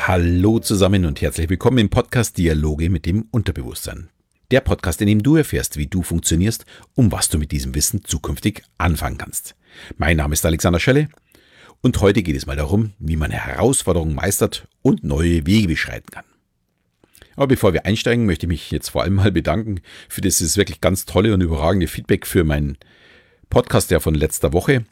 Hallo zusammen und herzlich willkommen im Podcast Dialoge mit dem Unterbewusstsein. Der Podcast, in dem du erfährst, wie du funktionierst und was du mit diesem Wissen zukünftig anfangen kannst. Mein Name ist Alexander Schelle und heute geht es mal darum, wie man Herausforderungen meistert und neue Wege beschreiten kann. Aber bevor wir einsteigen, möchte ich mich jetzt vor allem mal bedanken für dieses wirklich ganz tolle und überragende Feedback für meinen Podcast von letzter Woche.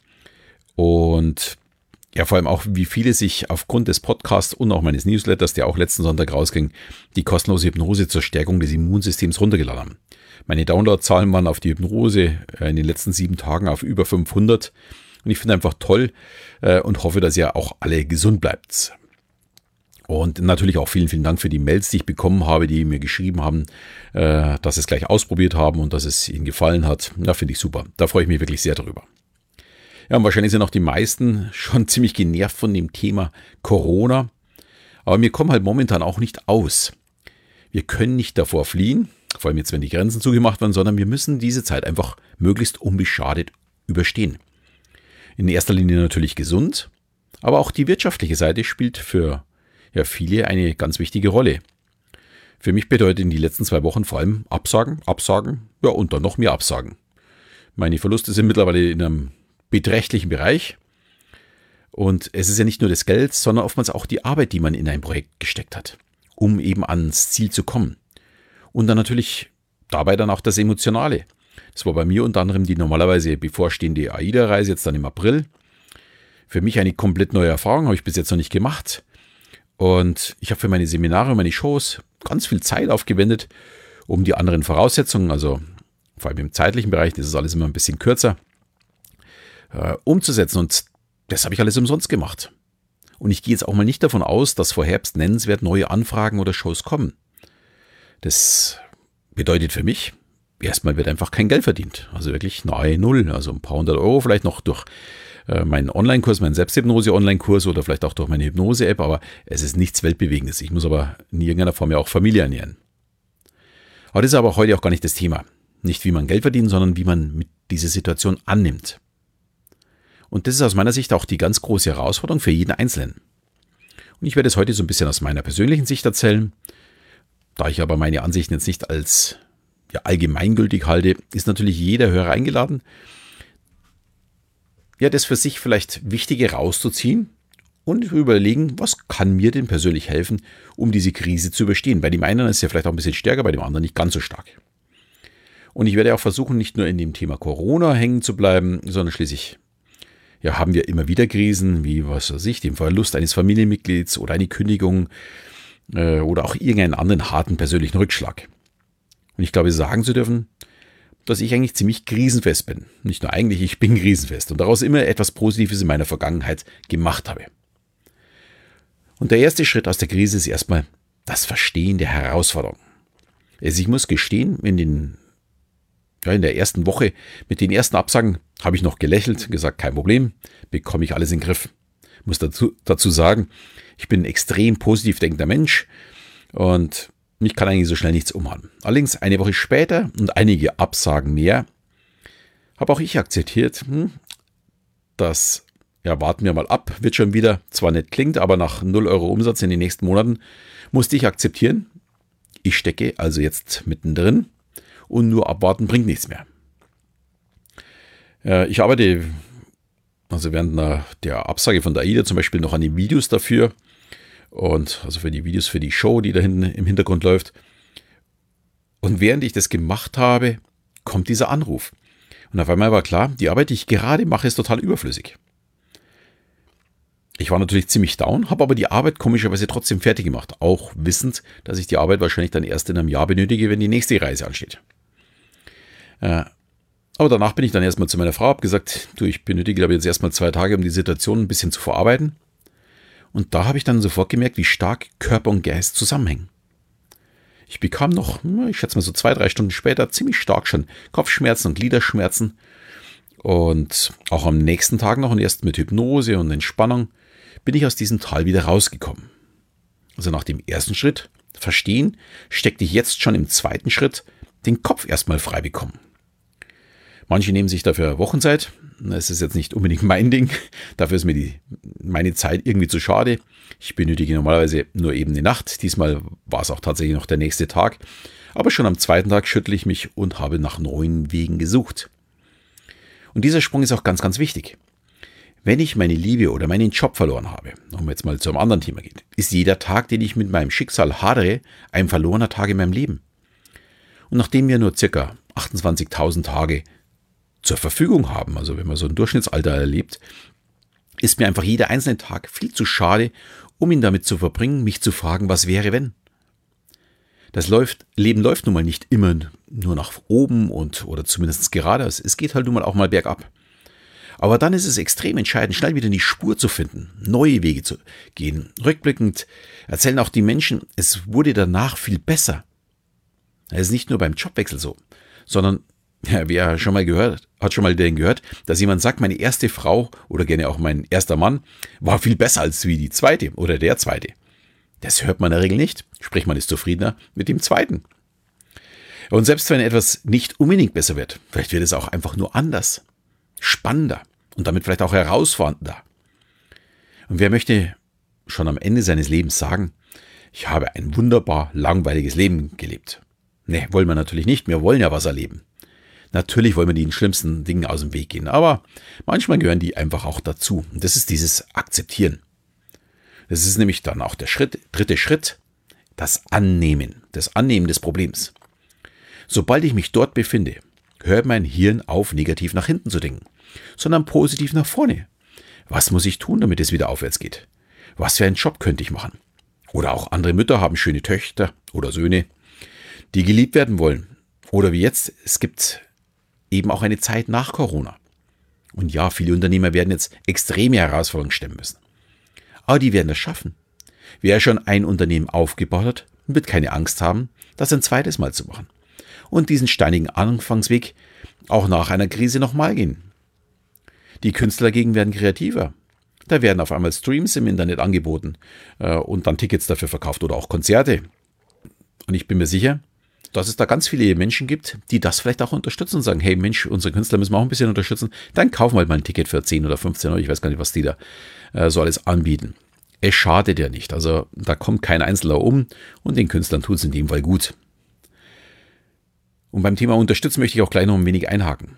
Und ja, vor allem auch, wie viele sich aufgrund des Podcasts und auch meines Newsletters, der auch letzten Sonntag rausging, die kostenlose Hypnose zur Stärkung des Immunsystems runtergeladen haben. Meine Downloadzahlen waren auf die Hypnose in den letzten 7 Tagen auf über 500. Und ich finde einfach toll und hoffe, dass ihr auch alle gesund bleibt. Und natürlich auch vielen, vielen Dank für die Mails, die ich bekommen habe, die mir geschrieben haben, dass sie es gleich ausprobiert haben und dass es ihnen gefallen hat. Ja, finde ich super. Da freue ich mich wirklich sehr darüber. Ja, und wahrscheinlich sind auch die meisten schon ziemlich genervt von dem Thema Corona. Aber wir kommen halt momentan auch nicht aus. Wir können nicht davor fliehen, vor allem jetzt, wenn die Grenzen zugemacht werden, sondern wir müssen diese Zeit einfach möglichst unbeschadet überstehen. In erster Linie natürlich gesund, aber auch die wirtschaftliche Seite spielt für viele eine ganz wichtige Rolle. Für mich bedeuten die letzten 2 Wochen vor allem Absagen, ja und dann noch mehr Absagen. Meine Verluste sind mittlerweile in einem beträchtlichen Bereich. Und es ist ja nicht nur das Geld, sondern oftmals auch die Arbeit, die man in ein Projekt gesteckt hat, um eben ans Ziel zu kommen. Und dann natürlich dabei dann auch das Emotionale. Das war bei mir unter anderem die normalerweise bevorstehende AIDA-Reise jetzt dann im April. Für mich eine komplett neue Erfahrung, habe ich bis jetzt noch nicht gemacht. Und ich habe für meine Seminare, meine Shows ganz viel Zeit aufgewendet, um die anderen Voraussetzungen, also vor allem im zeitlichen Bereich, das ist alles immer ein bisschen kürzer, umzusetzen. Und das habe ich alles umsonst gemacht. Und ich gehe jetzt auch mal nicht davon aus, dass vor Herbst nennenswert neue Anfragen oder Shows kommen. Das bedeutet für mich, erstmal wird einfach kein Geld verdient. Also wirklich nahe Null. Also ein paar 100 Euro vielleicht noch durch meinen Online-Kurs, meinen Selbsthypnose-Online-Kurs oder vielleicht auch durch meine Hypnose-App. Aber es ist nichts Weltbewegendes. Ich muss aber in irgendeiner Form ja auch Familie ernähren. Aber das ist aber heute auch gar nicht das Thema. Nicht wie man Geld verdient, sondern wie man mit dieser Situation annimmt. Und das ist aus meiner Sicht auch die ganz große Herausforderung für jeden Einzelnen. Und ich werde es heute so ein bisschen aus meiner persönlichen Sicht erzählen. Da ich aber meine Ansichten jetzt nicht als allgemeingültig halte, ist natürlich jeder Hörer eingeladen, das für sich vielleicht Wichtige rauszuziehen und überlegen, was kann mir denn persönlich helfen, um diese Krise zu überstehen. Bei dem einen ist es ja vielleicht auch ein bisschen stärker, bei dem anderen nicht ganz so stark. Und ich werde auch versuchen, nicht nur in dem Thema Corona hängen zu bleiben, sondern schließlich haben wir immer wieder Krisen, wie den Verlust eines Familienmitglieds oder eine Kündigung oder auch irgendeinen anderen harten persönlichen Rückschlag. Und ich glaube, sagen zu dürfen, dass ich eigentlich ziemlich krisenfest bin. Nicht nur eigentlich, ich bin krisenfest und daraus immer etwas Positives in meiner Vergangenheit gemacht habe. Und der erste Schritt aus der Krise ist erstmal das Verstehen der Herausforderung. Also ich muss gestehen, in der ersten Woche mit den ersten Absagen habe ich noch gelächelt, gesagt, kein Problem, bekomme ich alles in den Griff. Ich muss dazu sagen, ich bin ein extrem positiv denkender Mensch und mich kann eigentlich so schnell nichts umhauen. Allerdings eine Woche später und einige Absagen mehr, habe auch ich akzeptiert, das warten wir mal ab, wird schon wieder, zwar nicht klingt, aber nach 0 Euro Umsatz in den nächsten Monaten musste ich akzeptieren. Ich stecke also jetzt mittendrin. Und nur abwarten bringt nichts mehr. Ich arbeite während der Absage von der AIDA zum Beispiel noch an den Videos dafür. Und also für die Videos für die Show, die da hinten im Hintergrund läuft. Und während ich das gemacht habe, kommt dieser Anruf. Und auf einmal war klar, die Arbeit, die ich gerade mache, ist total überflüssig. Ich war natürlich ziemlich down, habe aber die Arbeit komischerweise trotzdem fertig gemacht. Auch wissend, dass ich die Arbeit wahrscheinlich dann erst in einem Jahr benötige, wenn die nächste Reise ansteht. Aber danach bin ich dann erstmal zu meiner Frau, habe gesagt, ich benötige glaube ich jetzt erstmal 2 Tage, um die Situation ein bisschen zu verarbeiten. Und da habe ich dann sofort gemerkt, wie stark Körper und Geist zusammenhängen. Ich bekam noch, ich schätze mal so 2-3 Stunden später, ziemlich stark schon Kopfschmerzen und Gliederschmerzen. Und auch am nächsten Tag noch und erst mit Hypnose und Entspannung bin ich aus diesem Tal wieder rausgekommen. Also nach dem ersten Schritt, Verstehen, steckte ich jetzt schon im zweiten Schritt, den Kopf erstmal frei bekommen. Manche nehmen sich dafür Wochenzeit. Das ist jetzt nicht unbedingt mein Ding. Dafür ist mir meine Zeit irgendwie zu schade. Ich benötige normalerweise nur eben eine Nacht. Diesmal war es auch tatsächlich noch der nächste Tag. Aber schon am zweiten Tag schüttle ich mich und habe nach neuen Wegen gesucht. Und dieser Sprung ist auch ganz, ganz wichtig. Wenn ich meine Liebe oder meinen Job verloren habe, um jetzt mal zu einem anderen Thema geht, ist jeder Tag, den ich mit meinem Schicksal hadere, ein verlorener Tag in meinem Leben. Und nachdem wir nur ca. 28.000 Tage zur Verfügung haben, also wenn man so ein Durchschnittsalter erlebt, ist mir einfach jeder einzelne Tag viel zu schade, um ihn damit zu verbringen, mich zu fragen, was wäre, wenn? Leben läuft nun mal nicht immer nur nach oben oder zumindest geradeaus. Es geht halt nun mal auch mal bergab. Aber dann ist es extrem entscheidend, schnell wieder in die Spur zu finden, neue Wege zu gehen. Rückblickend erzählen auch die Menschen, es wurde danach viel besser. Es ist nicht nur beim Jobwechsel so, sondern wer hat schon mal gehört, dass jemand sagt, meine erste Frau oder gerne auch mein erster Mann war viel besser als wie die zweite oder der zweite. Das hört man in der Regel nicht, sprich man ist zufriedener mit dem zweiten. Und selbst wenn etwas nicht unbedingt besser wird, vielleicht wird es auch einfach nur anders, spannender und damit vielleicht auch herausfordernder. Und wer möchte schon am Ende seines Lebens sagen, ich habe ein wunderbar langweiliges Leben gelebt? Ne, wollen wir natürlich nicht, wir wollen ja was erleben. Natürlich wollen wir den schlimmsten Dingen aus dem Weg gehen, aber manchmal gehören die einfach auch dazu. Und das ist dieses Akzeptieren. Das ist nämlich dann auch der dritte Schritt, das Annehmen des Problems. Sobald ich mich dort befinde, hört mein Hirn auf, negativ nach hinten zu denken, sondern positiv nach vorne. Was muss ich tun, damit es wieder aufwärts geht? Was für einen Job könnte ich machen? Oder auch andere Mütter haben schöne Töchter oder Söhne, die geliebt werden wollen. Oder wie jetzt, es gibt eben auch eine Zeit nach Corona. Und ja, viele Unternehmer werden jetzt extreme Herausforderungen stemmen müssen. Aber die werden das schaffen. Wer schon ein Unternehmen aufgebaut hat, wird keine Angst haben, das ein zweites Mal zu machen. Und diesen steinigen Anfangsweg auch nach einer Krise nochmal gehen. Die Künstler dagegen werden kreativer. Da werden auf einmal Streams im Internet angeboten und dann Tickets dafür verkauft oder auch Konzerte. Und ich bin mir sicher, dass es da ganz viele Menschen gibt, die das vielleicht auch unterstützen und sagen, hey Mensch, unsere Künstler müssen wir auch ein bisschen unterstützen. Dann kaufen wir halt mal ein Ticket für 10 oder 15 Euro. Ich weiß gar nicht, was die da so alles anbieten. Es schadet ja nicht. Also da kommt kein Einzelner um und den Künstlern tut es in dem Fall gut. Und beim Thema Unterstützen möchte ich auch gleich noch ein wenig einhaken.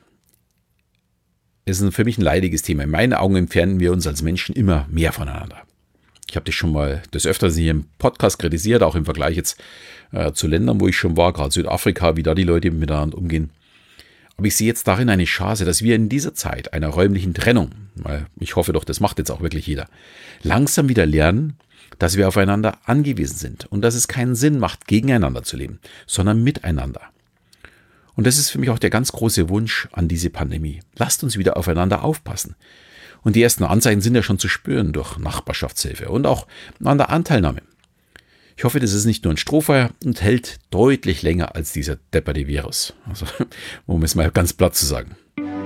Es ist für mich ein leidiges Thema. In meinen Augen entfernen wir uns als Menschen immer mehr voneinander. Ich habe dich schon mal des Öfteren hier im Podcast kritisiert, auch im Vergleich jetzt zu Ländern, wo ich schon war, gerade Südafrika, wie da die Leute miteinander umgehen. Aber ich sehe jetzt darin eine Chance, dass wir in dieser Zeit einer räumlichen Trennung, weil ich hoffe doch, das macht jetzt auch wirklich jeder, langsam wieder lernen, dass wir aufeinander angewiesen sind und dass es keinen Sinn macht, gegeneinander zu leben, sondern miteinander. Und das ist für mich auch der ganz große Wunsch an diese Pandemie. Lasst uns wieder aufeinander aufpassen. Und die ersten Anzeichen sind ja schon zu spüren durch Nachbarschaftshilfe und auch an der Anteilnahme. Ich hoffe, das ist nicht nur ein Strohfeuer und hält deutlich länger als dieser depperte Virus. Also, um es mal ganz platt zu sagen.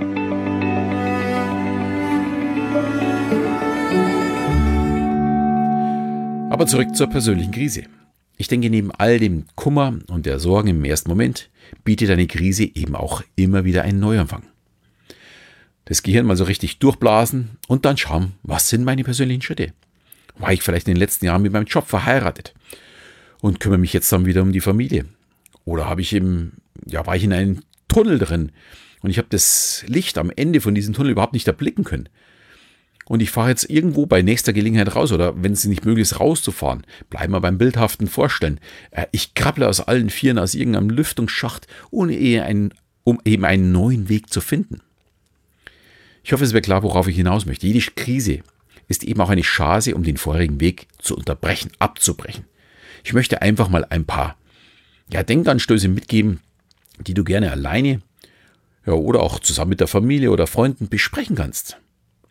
Aber zurück zur persönlichen Krise. Ich denke, neben all dem Kummer und der Sorgen im ersten Moment bietet eine Krise eben auch immer wieder einen Neuanfang. Das Gehirn mal so richtig durchblasen und dann schauen, was sind meine persönlichen Schritte? War ich vielleicht in den letzten Jahren mit meinem Job verheiratet und kümmere mich jetzt dann wieder um die Familie? Oder war ich in einem Tunnel drin und ich habe das Licht am Ende von diesem Tunnel überhaupt nicht erblicken können? Und ich fahre jetzt irgendwo bei nächster Gelegenheit raus oder wenn es nicht möglich ist, rauszufahren. Bleiben wir beim bildhaften Vorstellen. Ich krabble aus allen Vieren aus irgendeinem Lüftungsschacht, um eben einen neuen Weg zu finden. Ich hoffe, es wird klar, worauf ich hinaus möchte. Jede Krise ist eben auch eine Chance, um den vorherigen Weg zu unterbrechen, abzubrechen. Ich möchte einfach mal ein paar Denkanstöße mitgeben, die du gerne alleine oder auch zusammen mit der Familie oder Freunden besprechen kannst.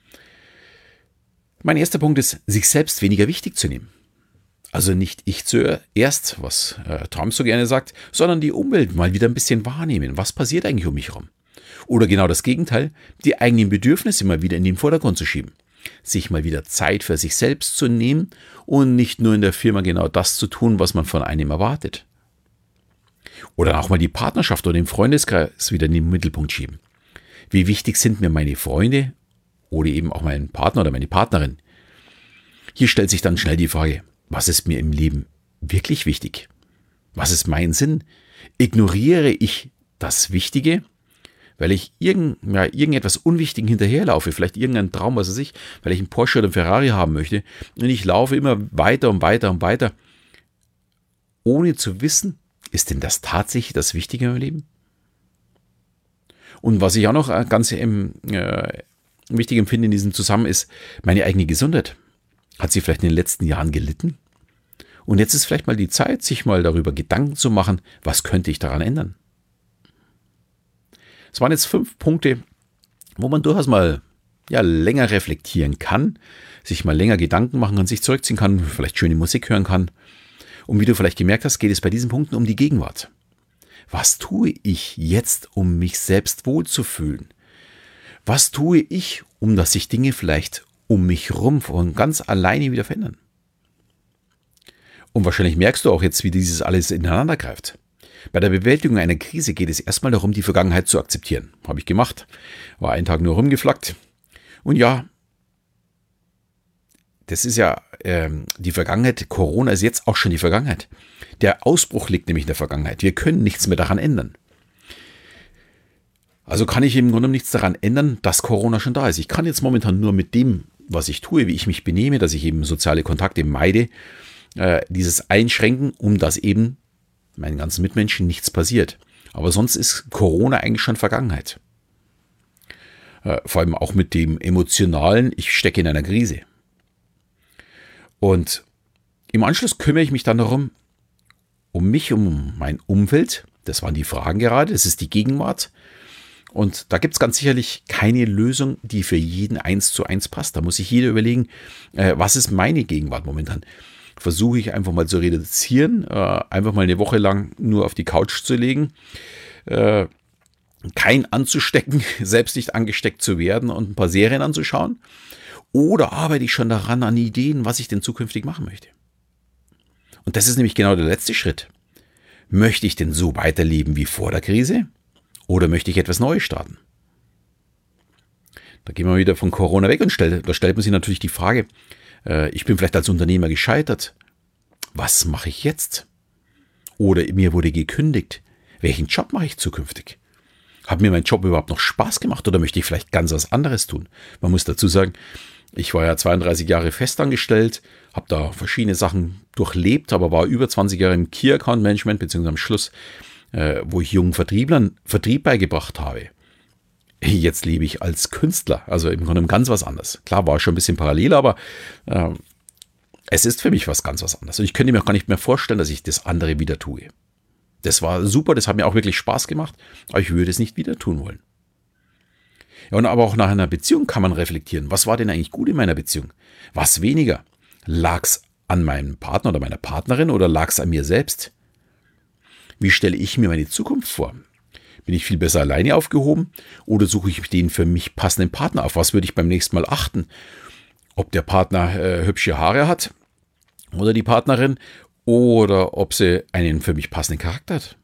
Mein erster Punkt ist, sich selbst weniger wichtig zu nehmen. Also nicht ich zuerst, was Trump so gerne sagt, sondern die Umwelt mal wieder ein bisschen wahrnehmen. Was passiert eigentlich um mich herum? Oder genau das Gegenteil, die eigenen Bedürfnisse mal wieder in den Vordergrund zu schieben. Sich mal wieder Zeit für sich selbst zu nehmen und nicht nur in der Firma genau das zu tun, was man von einem erwartet. Oder auch mal die Partnerschaft oder den Freundeskreis wieder in den Mittelpunkt schieben. Wie wichtig sind mir meine Freunde oder eben auch mein Partner oder meine Partnerin? Hier stellt sich dann schnell die Frage, was ist mir im Leben wirklich wichtig? Was ist mein Sinn? Ignoriere ich das Wichtige, weil ich irgendetwas Unwichtigen hinterherlaufe, vielleicht irgendeinen Traum, was weiß ich, weil ich einen Porsche oder einen Ferrari haben möchte und ich laufe immer weiter und weiter und weiter, ohne zu wissen, ist denn das tatsächlich das Wichtige in meinem Leben? Und was ich auch noch ganz wichtig empfinde in diesem Zusammenhang ist, meine eigene Gesundheit. Hat sie vielleicht in den letzten Jahren gelitten? Und jetzt ist vielleicht mal die Zeit, sich mal darüber Gedanken zu machen, was könnte ich daran ändern? Es waren jetzt 5 Punkte, wo man durchaus mal länger reflektieren kann, sich mal länger Gedanken machen kann, sich zurückziehen kann, vielleicht schöne Musik hören kann. Und wie du vielleicht gemerkt hast, geht es bei diesen Punkten um die Gegenwart. Was tue ich jetzt, um mich selbst wohlzufühlen? Was tue ich, um dass sich Dinge vielleicht um mich rum von ganz alleine wieder verändern? Und wahrscheinlich merkst du auch jetzt, wie dieses alles ineinander greift. Bei der Bewältigung einer Krise geht es erstmal darum, die Vergangenheit zu akzeptieren. Habe ich gemacht. War einen Tag nur rumgeflackt. Und ja, das ist ja die Vergangenheit. Corona ist jetzt auch schon die Vergangenheit. Der Ausbruch liegt nämlich in der Vergangenheit. Wir können nichts mehr daran ändern. Also kann ich im Grunde nichts daran ändern, dass Corona schon da ist. Ich kann jetzt momentan nur mit dem, was ich tue, wie ich mich benehme, dass ich eben soziale Kontakte meide, dieses einschränken, um dass eben meinen ganzen Mitmenschen nichts passiert. Aber sonst ist Corona eigentlich schon Vergangenheit. Vor allem auch mit dem Emotionalen, ich stecke in einer Krise. Und im Anschluss kümmere ich mich dann darum, um mich, um mein Umfeld. Das waren die Fragen gerade, das ist die Gegenwart. Und da gibt es ganz sicherlich keine Lösung, die für jeden 1:1 passt. Da muss sich jeder überlegen, was ist meine Gegenwart momentan? Versuche ich einfach mal zu reduzieren, einfach mal eine Woche lang nur auf die Couch zu legen, kein anzustecken, selbst nicht angesteckt zu werden und ein paar Serien anzuschauen? Oder arbeite ich schon daran an Ideen, was ich denn zukünftig machen möchte? Und das ist nämlich genau der letzte Schritt. Möchte ich denn so weiterleben wie vor der Krise? Oder möchte ich etwas Neues starten? Da gehen wir wieder von Corona weg und da stellt man sich natürlich die Frage, ich bin vielleicht als Unternehmer gescheitert. Was mache ich jetzt? Oder mir wurde gekündigt. Welchen Job mache ich zukünftig? Hat mir mein Job überhaupt noch Spaß gemacht oder möchte ich vielleicht ganz was anderes tun? Man muss dazu sagen, ich war ja 32 Jahre festangestellt, habe da verschiedene Sachen durchlebt, aber war über 20 Jahre im Key Account Management, beziehungsweise am Schluss, wo ich jungen Vertrieblern Vertrieb beigebracht habe. Jetzt lebe ich als Künstler, also im Grunde ganz was anderes. Klar, war schon ein bisschen parallel, aber es ist für mich was anderes. Und ich könnte mir auch gar nicht mehr vorstellen, dass ich das andere wieder tue. Das war super, das hat mir auch wirklich Spaß gemacht, aber ich würde es nicht wieder tun wollen. Ja, und aber auch nach einer Beziehung kann man reflektieren. Was war denn eigentlich gut in meiner Beziehung? Was weniger? Lag es an meinem Partner oder meiner Partnerin oder lag es an mir selbst? Wie stelle ich mir meine Zukunft vor? Bin ich viel besser alleine aufgehoben oder suche ich den für mich passenden Partner auf? Was würde ich beim nächsten Mal achten? Ob der Partner hübsche Haare hat oder die Partnerin oder ob sie einen für mich passenden Charakter hat.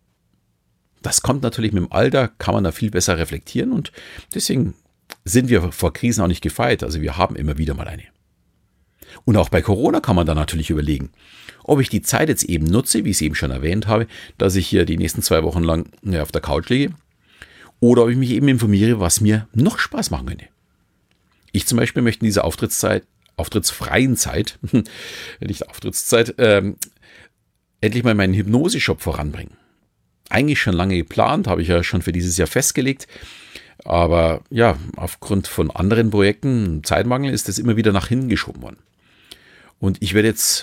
Das kommt natürlich mit dem Alter, kann man da viel besser reflektieren und deswegen sind wir vor Krisen auch nicht gefeit. Also wir haben immer wieder mal eine. Und auch bei Corona kann man dann natürlich überlegen, ob ich die Zeit jetzt eben nutze, wie ich es eben schon erwähnt habe, dass ich hier die nächsten 2 Wochen lang auf der Couch liege oder ob ich mich eben informiere, was mir noch Spaß machen könnte. Ich zum Beispiel möchte in dieser auftrittsfreien Zeit, nicht Auftrittszeit, endlich mal meinen Hypnose-Shop voranbringen. Eigentlich schon lange geplant, habe ich ja schon für dieses Jahr festgelegt. Aber ja, aufgrund von anderen Projekten, Zeitmangel, ist das immer wieder nach hinten geschoben worden. Und ich werde jetzt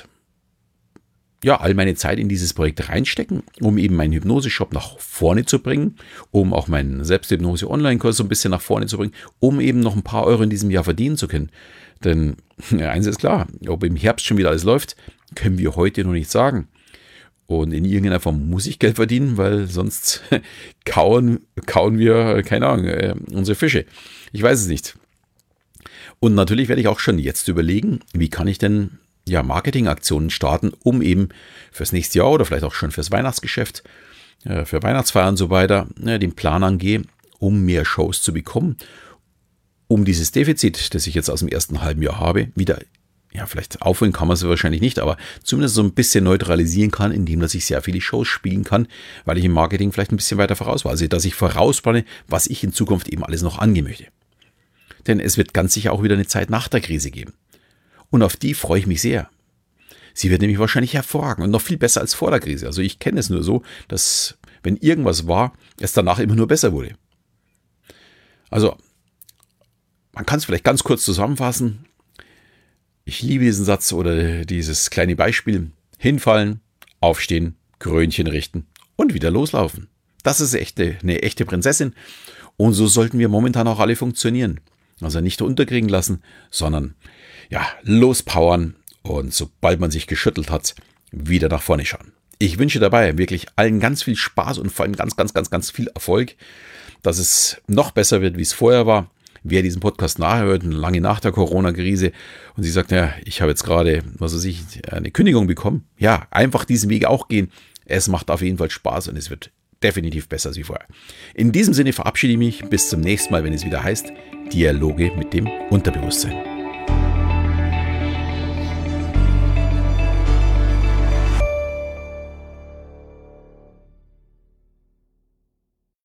all meine Zeit in dieses Projekt reinstecken, um eben meinen Hypnose-Shop nach vorne zu bringen, um auch meinen Selbsthypnose-Online-Kurs so ein bisschen nach vorne zu bringen, um eben noch ein paar Euro in diesem Jahr verdienen zu können. Denn eins ist klar, ob im Herbst schon wieder alles läuft, können wir heute noch nicht sagen. Und in irgendeiner Form muss ich Geld verdienen, weil sonst kauen wir, keine Ahnung, unsere Fische. Ich weiß es nicht. Und natürlich werde ich auch schon jetzt überlegen, wie kann ich denn Marketingaktionen starten, um eben fürs nächste Jahr oder vielleicht auch schon fürs Weihnachtsgeschäft, für Weihnachtsfeiern und so weiter, den Plan angehe, um mehr Shows zu bekommen, um dieses Defizit, das ich jetzt aus dem ersten halben Jahr habe, wieder, ja, vielleicht aufholen kann man es wahrscheinlich nicht, aber zumindest so ein bisschen neutralisieren kann, indem dass ich sehr viele Shows spielen kann, weil ich im Marketing vielleicht ein bisschen weiter voraus war. Also, dass ich vorausplane, was ich in Zukunft eben alles noch angehen möchte. Denn es wird ganz sicher auch wieder eine Zeit nach der Krise geben. Und auf die freue ich mich sehr. Sie wird nämlich wahrscheinlich hervorragend und noch viel besser als vor der Krise. Also ich kenne es nur so, dass wenn irgendwas war, es danach immer nur besser wurde. Also man kann es vielleicht ganz kurz zusammenfassen. Ich liebe diesen Satz oder dieses kleine Beispiel. Hinfallen, aufstehen, Krönchen richten und wieder loslaufen. Das ist eine echte Prinzessin und so sollten wir momentan auch alle funktionieren. Also nicht unterkriegen lassen, sondern ja, lospowern und sobald man sich geschüttelt hat, wieder nach vorne schauen. Ich wünsche dabei wirklich allen ganz viel Spaß und vor allem ganz viel Erfolg, dass es noch besser wird, wie es vorher war. Wer diesen Podcast nachhört, lange nach der Corona-Krise und sie sagt, ja, ich habe jetzt gerade, eine Kündigung bekommen. Ja, einfach diesen Weg auch gehen. Es macht auf jeden Fall Spaß und es wird definitiv besser als wie vorher. In diesem Sinne verabschiede ich mich. Bis zum nächsten Mal, wenn es wieder heißt, Dialoge mit dem Unterbewusstsein.